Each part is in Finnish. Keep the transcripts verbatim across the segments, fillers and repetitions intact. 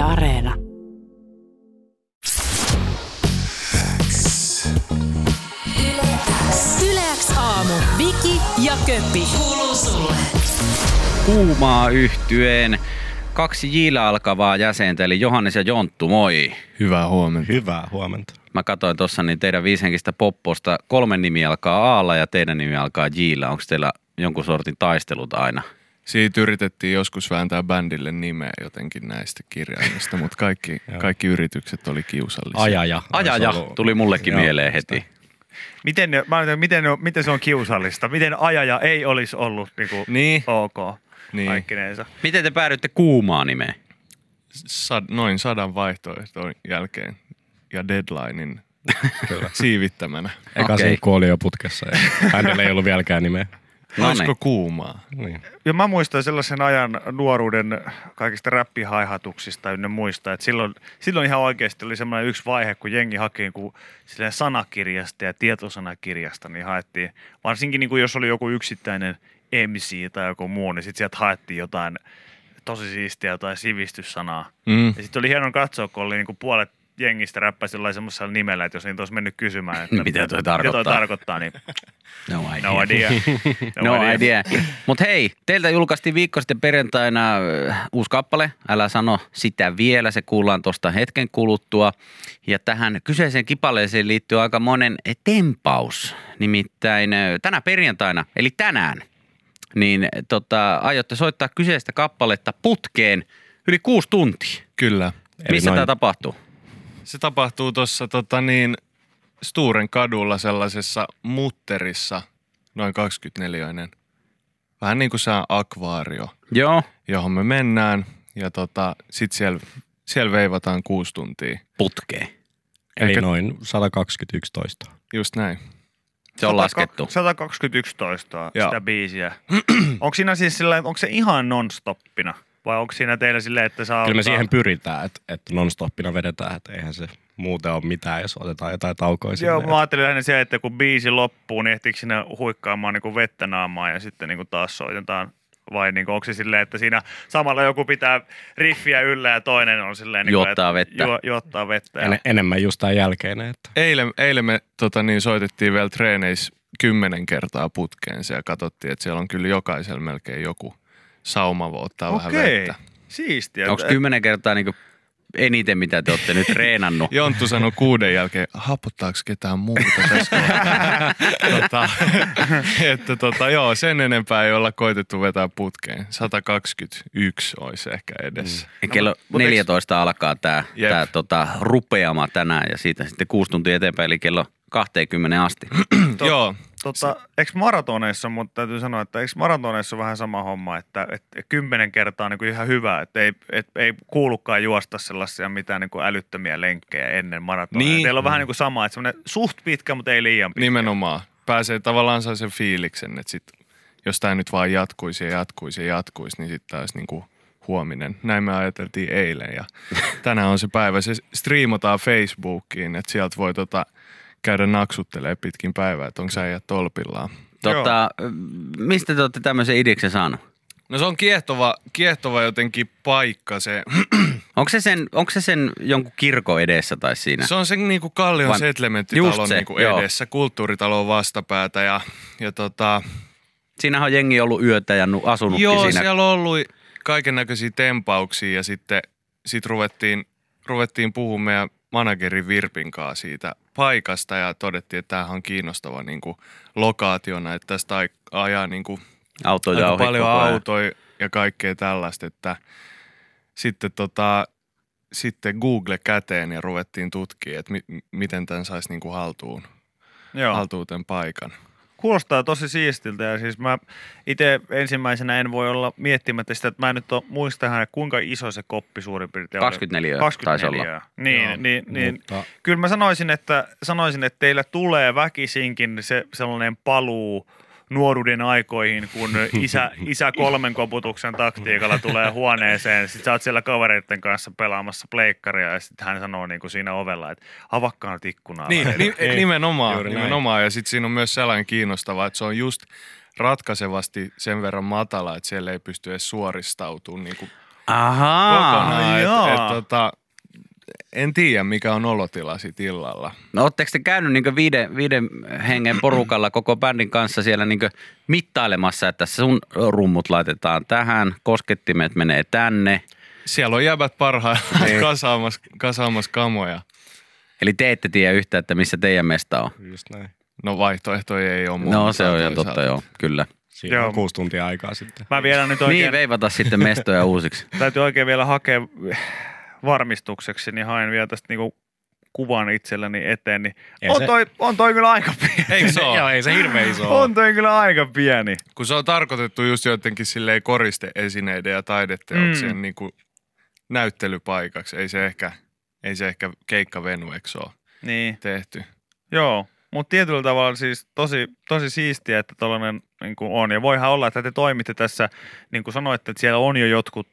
Areena. Yle X aamu. Viki ja Köppi. Kuuluu sulle. Kuumaa yhtyeen kaksi Jillä alkavaa jäsentä, eli Johannes ja Jonttu, moi. Hyvää huomenta. Hyvää huomenta. Mä katsoin tuossa niin teidän viishenkistä popposta. Kolmen nimi alkaa A:lla ja teidän nimi alkaa Jillä. Onko teillä jonkun sortin taistelut aina? Siitä yritettiin joskus vääntää bändille nimeä jotenkin näistä kirjaimista, mutta kaikki, kaikki yritykset oli kiusallisia. Ajaja. Ajaja tuli mullekin Joo, mieleen heti. Miten, mä ajattelin, miten, miten se on kiusallista? Miten ajaja ei olisi ollut niin kuin Niin. ok Niin. kaikkineensa? Miten te päädyitte kuumaa nimeen? Sad, noin sadan vaihtoehton jälkeen ja deadlinein siivittämänä. Eka Okei. sinkku oli jo putkessa ja hänellä ei ollut vieläkään nimeä. No Olisiko niin. kuumaa? Niin. Ja mä muistan sellaisen ajan nuoruuden kaikista räppihaihatuksista ynnä muista, että silloin, silloin ihan oikeasti oli semmoinen yksi vaihe, kun jengi haki kun silleen sanakirjasta ja tietosanakirjasta, niin haettiin, varsinkin niin kuin jos oli joku yksittäinen M C tai joku muu, niin sitten sieltä haettiin jotain tosi siistiä, jotain sivistyssanaa. Mm. Ja sitten oli hieno katsoa, kun oli niin kuin puolet jengistä räppäsi jollain semmoisella nimellä, että jos niitä olisi mennyt kysymään, että Mitä toi mitä tarkoittaa? toi tarkoittaa, niin No idea. no idea. No idea. Mutta hei, teiltä julkaistiin viikko sitten perjantaina äh, uusi kappale. Älä sano sitä vielä, se kuullaan tuosta hetken kuluttua. Ja tähän kyseiseen kipaleeseen liittyy aika monen tempaus. Nimittäin äh, tänä perjantaina, eli tänään, niin tota, aiotte soittaa kyseistä kappaletta putkeen yli kuusi tuntia. Kyllä. Missä noin- tämä tapahtuu? Se tapahtuu tuossa tota niin, Sturen kadulla sellaisessa mutterissa, noin kaksikymmentäneljäinen. Vähän niin kuin se akvaario, Joo, johon me mennään ja tota, sit siellä, siellä veivataan kuusi tuntia. putkeen. Eli Eikä- noin sata kaksikymmentäyksi toista. Just näin. Se on laskettu. sata kaksikymmentäyksi toistoa Joo. sitä biisiä. Onko siinä siis sillä, onko se ihan non-stoppina? Vai onko siinä teillä silleen, että saa Kyllä me ottaa- siihen pyritään, että, että non-stoppina vedetään, että eihän se muuten ole mitään, jos otetaan jotain taukoja Joo, silleen. mä ajattelin lähinnä se, että kun biisi loppuu, niin ehtiikö sinne huikkaamaan niin kuin vettä naamaan ja sitten niin kuin taas soitetaan. Vai niin kuin, onko se silleen, että siinä samalla joku pitää riffiä yllä ja toinen on silleen... Niin kuin, Juottaa että vettä. Ju, juottaa vettä. En, enemmän just tämän jälkeinen, että Eilen, eilen me tota niin, soitettiin vielä treeneissä kymmenen kertaa putkeen ja katsottiin, että siellä on kyllä jokaisella melkein joku sauma voi ottaa vähän Okei, vettä. siistiä. Onko kymmenen kertaa niin kuin eniten, mitä te olette nyt treenannut? Jonttu sanoi kuuden jälkeen, hapottaako ketään muuta tässä kohtaa? tota, että tota, joo, sen enempää ei olla koitettu vetää putkeen. sata kaksikymmentäyksi olisi ehkä edessä. Ja kello mut neljätoista alkaa tämä Jep. tää, tota, rupeama tänään ja siitä sitten kuusi tuntia eteenpäin, eli kello kaksikymmentä asti. Tot- Joo, Tota, eikö maratoneissa, mutta täytyy sanoa, että eikö maratoneissa ole vähän sama homma, että, että kymmenen kertaa on niin kuin ihan hyvä, että ei, et, ei kuulukaan juosta sellaisia mitään niin kuin älyttömiä lenkkejä ennen maratoneja. Niin. Teillä on vähän niin kuin sama, että semmoinen suht pitkä, mutta ei liian pitkä. nimenomaan. Pääsee tavallaan saa sen fiiliksen, että sit, jos tämä nyt vaan jatkuisi ja jatkuisi ja jatkuisi, niin sitten taas niinku huominen. Näin me ajateltiin eilen ja tänään on se päivä. Se striimataan Facebookiin, että sieltä voi tota käydä naksuttelemaan pitkin päivää, että onko sä äijät tolpillaan. Tota, mistä te olette tämmöisen idiksen saanut? No se on kiehtova, kiehtova jotenkin paikka se. Onko se sen, onko se sen jonkun kirkon edessä tai siinä? Se on sen niinku Kallion Vai- settlementtitalon Just se, niinku joo. edessä, kulttuuritalon vastapäätä ja, ja tota... Siinähän on jengi ollut yötä ja nu- asunutkin Joo, siinä. siellä on ollut kaiken näköisiä tempauksia ja sitten sit ruvettiin, ruvettiin puhumaan meidän managerin Virpin kanssa siitä paikasta ja todettiin, että tämähän on kiinnostava niin kuin lokaationa, että tästä ai- ajaa niin kuin Autoja aika ohi paljon koko ajan. autoja ja kaikkea tällaista, että sitten, tota, sitten Google käteen ja ruvettiin tutkimaan, että mi- miten tämän saisi niin kuin haltuun, Joo. haltuun tämän paikan. Kuulostaa tosi siistiltä ja siis mä itse ensimmäisenä en voi olla miettimättä sitä, että mä en nyt ole muista, kuinka iso se koppi suurin piirtein oli. kaksikymmentäneljä taisi olla. Niin, Joo, niin, niin. mutta Kyllä mä sanoisin että, sanoisin, että teillä tulee väkisinkin se sellainen paluu nuoruuden aikoihin, kun isä, isä kolmen koputuksen taktiikalla tulee huoneeseen. Sitten sä oot siellä kavereiden kanssa pelaamassa pleikkaria ja sitten hän sanoo niin kuin siinä ovella, että avakkaa nyt ikkunaa. Niin, vähän. ni- nimenomaan, Juuri näin. nimenomaan. Ja sitten siinä on myös sellainen kiinnostava, että se on just ratkaisevasti sen verran matala, että siellä ei pysty edes suoristautumaan niin kuin Ahaa. kokonaan. joo. Et, et, tota, en tiedä, mikä on olotila sit illalla. No ootteko te käynyt niin viiden, viiden hengen porukalla koko bändin kanssa siellä niin mittailemassa, että sun rummut laitetaan tähän, koskettimet menee tänne. Siellä on jäbät parhaillaan kasaamassa, kasaamassa kamoja. Eli te ette tiedä yhtä, että missä teidän mesta on. Just näin. No vaihtoehtoja ei ole muuta. No se on ihan totta, joo, kyllä. Siinä Joo. on kuusi tuntia aikaa sitten. Mä vielä nyt oikein, Niin, veivata sitten mestoja uusiksi. täytyy oikein vielä hakea varmistukseksi, niin haen vielä tästä niinku kuvan itselleni eteen, niin Ei on se- toi, on toi kyllä aika pieni. Eikö se ole? Joo, ei se hirveä iso ole. On toi kyllä aika pieni. Kun se on tarkoitettu just jotenkin silleen koristeesineiden ja taideteoksien Mm. niin kuin näyttelypaikaksi. Ei se ehkä, ei se ehkä keikkavenueksi ole Niin, tehty. joo. Mutta tietyllä tavalla siis tosi, tosi siistiä, että tollainen niin kuin on. Ja voihan olla, että te toimitte tässä, niin kuin sanoitte, että siellä on jo jotkut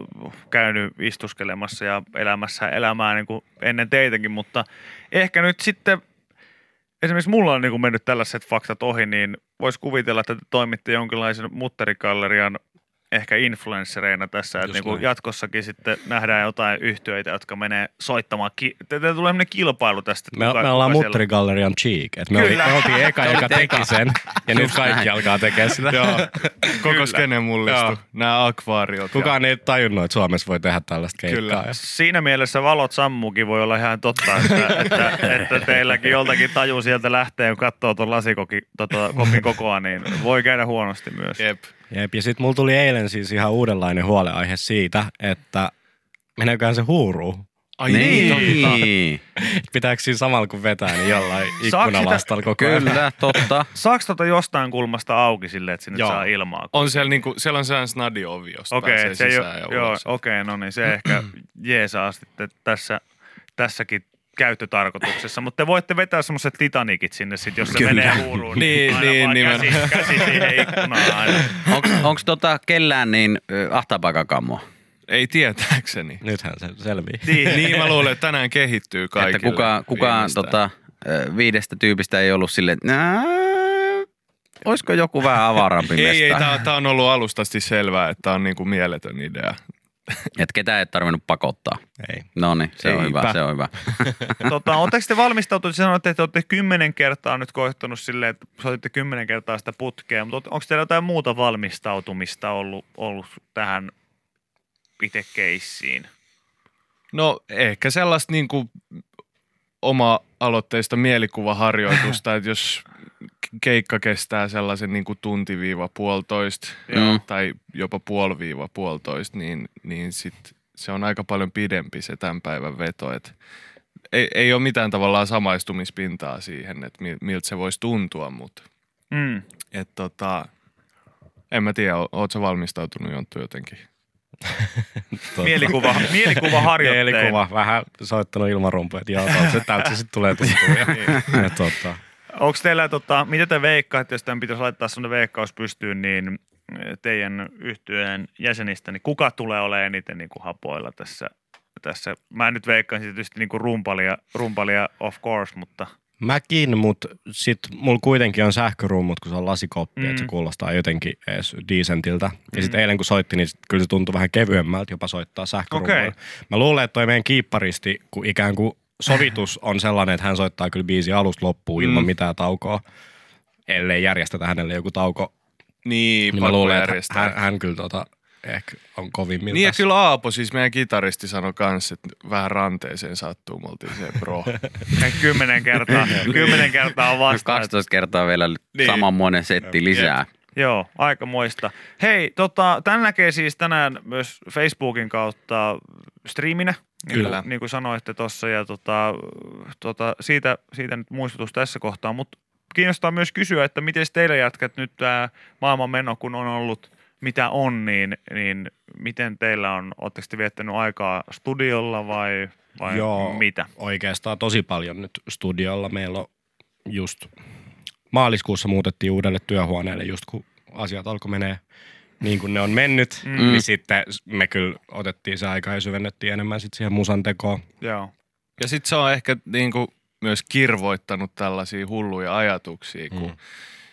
käynyt istuskelemassa ja elämässä elämää niin kuin ennen teitäkin, mutta ehkä nyt sitten, esimerkiksi mulla on niin kuin mennyt tällaiset faktat ohi, niin voisi kuvitella, että te toimitte jonkinlaisen mutterigallerian ehkä influenssereina tässä, että Just niin kuin näin. jatkossakin sitten nähdään jotain yhtyeitä, jotka menee soittamaan. Ki- Teille tulee sellainen kilpailu tästä. että Me, kuka- me ollaan kuka siellä- Mutterigallerian cheek. Et me, oli, me oltiin eka, joka teki sen. Ja nyt kaikki näin. alkaa tekemään sitä. Joo, koko Kyllä. skene mullistu. Joo. Nämä akvaariot. Kukaan ei tajunnut, että Suomessa voi tehdä tällaista keikkaa. Kyllä. Ja Siinä mielessä valot sammuukin voi olla ihan totta, että, että, että teilläkin joltakin taju sieltä lähtee, kun katsoo tuon lasikokin tota, kopin kokoa, niin voi käydä huonosti myös. Jep. Jep, ja sitten mulla tuli eilen siis ihan uudenlainen huolenaihe siitä, että meneeköhän se huuruu. Ai Niin, Pitääkö siinä samalla kun vetää, niin jollain Saako ikkunalastalla koko ajan? kyllä, totta. Saako tota jostain kulmasta auki silleen, että sinne Joo. saa ilmaa? On siellä, niinku, siellä on sellainen snadiovi, josta Okei, pääsee okay, se ei sisään ole, ja joo, ulos. okei, okay, no niin, se ehkä jeesaa sitten tässä, tässäkin käyttötarkoituksessa, mutta te voitte vetää semmoiset Titanicit sinne sit, jos se Kyllä. menee huuruun. Niin, aina niin, vaan nimenomaan. käsi, käsi siihen ikkunaan aina. Onko tota kellään niin ahtaapakakammoa? Ei tietääkseni. Nythän se selvii. Niin. Niin mä luulen, että tänään kehittyy kaikille. Että kuka, kukaan viimeistään. tota, ö, viidestä tyypistä ei ollut silleen, että nää, olisiko joku vähän avarampi Ei, ei, mesta? tää, tää on ollut alustasti selvää, että tää on niinku mieletön idea. Että ketään ei tarvinnut pakottaa. Ei. No niin, se on Eipä. hyvä, se on hyvä. Tota, oletteko te valmistautuneet, sanoitte, että olette kymmenen kertaa nyt koettanut silleen, että soititte kymmenen kertaa sitä putkea, mutta onko teillä jotain muuta valmistautumista ollut, ollut tähän itse keissiin? No ehkä sellaista niinku oma-aloitteista mielikuvaharjoitusta, että jos keikka kestää sellaisen niinku tuntiviiva puolitoista Joo. tai jopa puoliviiva puolitoista, niin, niin sit se on aika paljon pidempi se tämän päivän veto. Et ei, ei ole mitään tavallaan samaistumispintaa siihen, että mi- miltä se voisi tuntua, mutta Mm. et tota, en mä tiedä, o- ootko sä valmistautunut Jonttu jotenkin? Totta. Mielikuva, mielikuva harjoitteen. Mielikuva. Vähän soittanut ilmarumpuja, että joo, se täältä se sitten tulee tuntua. Ja, ja tota, Onko teillä, tota, mitä te veikkaatte, jos tämän pitäisi laittaa sellainen veikkaus pystyyn, niin teidän yhtyeen jäsenistä, niin kuka tulee olemaan eniten niin kuin hapoilla tässä, tässä? Mä nyt veikkaan tietysti niin kuin rumpalia, rumpalia of course, mutta mäkin, mutta sitten mulla kuitenkin on sähkörummut, kun se on lasikoppi, Mm. että se kuulostaa jotenkin edes decentiltä. Ja Mm. sitten eilen kun soitti, niin sit kyllä se tuntui vähän kevyemmältä jopa soittaa sähkörummulla. Okei. Mä luulen, että toi meidän kiipparisti, kun ikään kuin sovitus on sellainen, että hän soittaa kyllä biisi alusta loppuun ilman Mm. mitään taukoa, ellei järjestetä hänelle joku tauko. Niin, Niin mä luulen, että järjestää. hän, hän kyllä tota, ehkä on kovimmilta. Niin ja kyllä Aapo, siis meidän kitaristi sanoi kanssa, että vähän ranteeseen sattuu, me oltiin se bro. kymmenen kertaa, kymmenen kertaa on vastaan. kaksitoista kertaa vielä Niin. samanmoinen setti lisää. Joo, aika moista. Hei, tota, tän näkee siis tänään myös Facebookin kautta striiminä, niin Kyllä. kuin, niin kuin sanoitte tuossa, ja tota, tota, siitä, siitä nyt muistutus tässä kohtaa, mutta kiinnostaa myös kysyä, että miten teille jatkat nyt tämä maailman meno, kun on ollut mitä on, niin, niin miten teillä on, ootteko te viettänyt aikaa studiolla vai, vai Joo. mitä? Oikeastaan tosi paljon nyt studiolla. Meillä on just maaliskuussa muutettiin uudelle työhuoneelle just kun asiat alkoi menee niin kuin ne on mennyt, Mm. mm. niin sitten me kyllä otettiin se aika ja syvennettiin enemmän sitten siihen musan tekoon. Joo. Ja sitten se on ehkä niinku myös kirvoittanut tällaisia hulluja ajatuksia, kun Mm.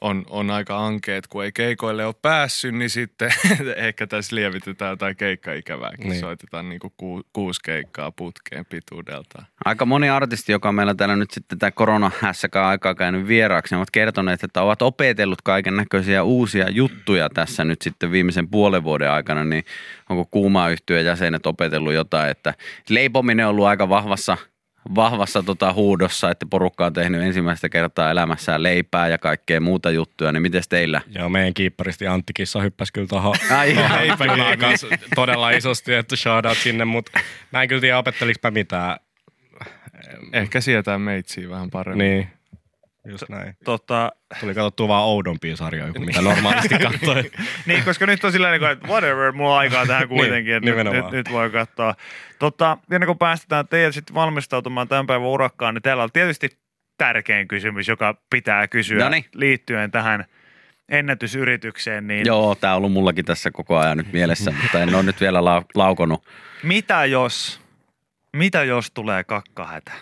on, on aika ankeet, kun ei keikoille ole päässyt, niin sitten ehkä tässä lievitetään jotain keikkaikävääkin. Niin. Soitetaan niinku ku, kuusi keikkaa putkeen pituudeltaan. Aika moni artisti, joka on meillä täällä nyt sitten tämä koronahässäkään aikaa käynyt vieraaksi, ovat kertoneet, että ovat opetellut kaiken näköisiä uusia juttuja tässä nyt sitten viimeisen puolen vuoden aikana, niin onko Kuuma-yhtyeen jäsenet opetellut jotain, että leipominen on ollut aika vahvassa vahvassa tota huudossa, että porukka on tehnyt ensimmäistä kertaa elämässään leipää ja kaikkea muuta juttuja, niin mites teillä? Joo, meidän kiipparisti Antti Kissa hyppäsi kyllä tuohon Leipäkiin kanssa todella isosti, että shout out sinne, mutta mä en kyllä tiedä, opetteliks mä mitään. Ehkä sietää meitsiä vähän paremmin. Niin, just näin. Tota, Tuli katsottua vaan oudompia sarjoja kuin mitä normaalisti katsoi. niin, koska nyt on sillä tavalla, että whatever, mulla on aikaa tähän kuitenkin, että niin, nyt, nyt, nyt voi katsoa. Tota, ennen kuin päästetään teidät sitten valmistautumaan tämän päivän urakkaan, niin täällä on tietysti tärkein kysymys, joka pitää kysyä Noniin. liittyen tähän ennätysyritykseen. Niin Joo, tää on ollut mullakin tässä koko ajan nyt mielessä, mutta en ole nyt vielä lau- laukonut. Mitä jos, mitä jos tulee kakkahätä?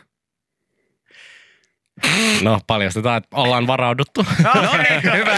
No, paljastetaan, että ollaan varauduttu. No niin, hyvä.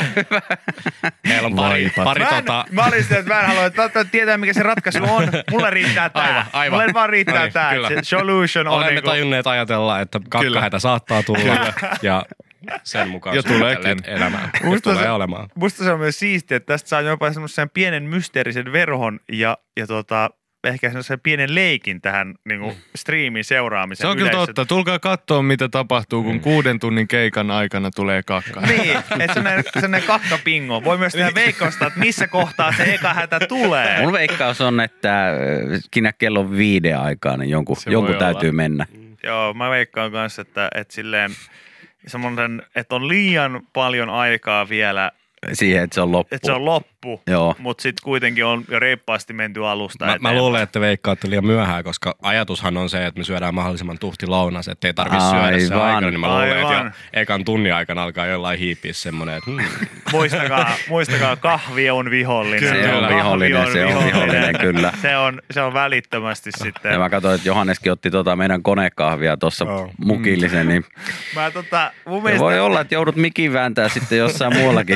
Meillä on pari, pari Mä, en, tota... mä olin sitä, että mä en halua että tietää, mikä se ratkaisu on. Mulle riittää tää. Aivan, aivan. Mulle vaan riittää No niin, tää. kyllä. Se solution on Olemme niinku, tajunneet ajatella, että kakkahätä saattaa tulla ja sen mukaan Ja tuleekin. suunnitelleet elämään. Ja Musta tulee se- olemaan. musta se on myös siistiä, että tästä saa jopa semmoisen pienen mysteerisen verhon ja, ja tota, ehkä semmoisen pienen leikin tähän niinku striimin seuraamiseen. Se on kyllä yleisö- totta. Tulkaa katsoa, mitä tapahtuu, kun kuuden tunnin keikan aikana tulee kakka. Niin, että semmoinen, semmoinen kakkapingo. Voi myös tehdä veikkausta, että missä kohtaa se eka hätä tulee. Mun veikkaus on, että äh, kinä kello viiden aikaan, niin jonkun, Se voi jonkun olla. täytyy mennä. Joo, mä veikkaan kanssa, että, että silleen semmoinen, että on liian paljon aikaa vielä, Siihen, että se on loppu. että se on loppu, Joo. mutta sitten kuitenkin on jo reippaasti menty alusta Mä, eteenpäin. mä luulen, että veikkaatte liian myöhään, koska ajatushan on se, että me syödään mahdollisimman tuhti lounas, että ei tarvitse syödä se Aivan. aikana, niin mä luulen, että Aivan. jo ekan tunnin aikana alkaa jollain hiipiä semmoinen, että hmm, Muistakaa, muistakaa, kahvi on vihollinen. Se Kyllä. on Kahvi vihollinen, se on vihollinen, kyllä. Se on, se on välittömästi sitten. Ja mä katsoin, että Johanneskin otti tota meidän konekahvia tuossa Joo. mukillisen, niin Mä tota, mun se mielestä, voi olla, että joudut mikin vääntää sitten jossain muuallakin.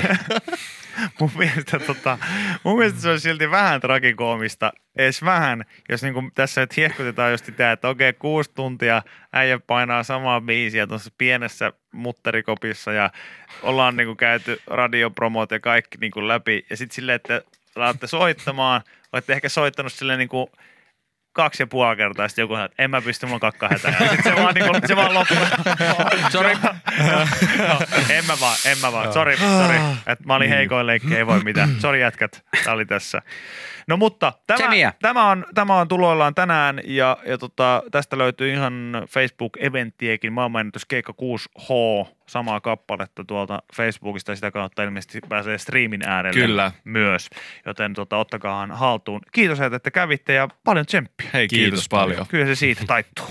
mun mielestä, tota, mun mielestä se on silti vähän tragikoomista, edes vähän, jos niinku tässä nyt hiehkutetaan just sitä, että okei, kuusi tuntia äijä painaa samaa biisiä tuossa pienessä mutterikopissa ja ollaan niinku käyty radiopromot ja kaikki niinku läpi ja sitten silleen, että alatte soittamaan, olette ehkä soittanut silleen niinku kaksi ja puoli kertaa, sitten joku sanoo, että en mä pysty, mulla on kakkahätä. Ja sitten se vaan, niinku, se vaan loppuu. Sori. No, en mä vaan, en mä vaan. Sori, sori. Että mä olin heikoin leikki, ei voi mitään. Sori jätkät, tää oli tässä. No mutta tämä, Tsemiä. tämä, on, tämä on tuloillaan tänään ja, ja tota, tästä löytyy ihan Facebook-eventtiekin. Maailmanennätys Keikka kuusi H, samaa kappaletta tuolta Facebookista ja sitä kautta ilmeisesti pääsee striimin äärelle Kyllä. myös. Joten tota, ottakaahan haltuun. Kiitos, että kävitte ja paljon tsemppiä. Hei, kiitos, Kiitos paljon. Kyllä se siitä taittuu.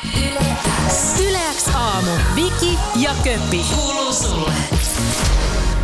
Yle X aamu. Viki ja Köppi. Kuuluu sulle.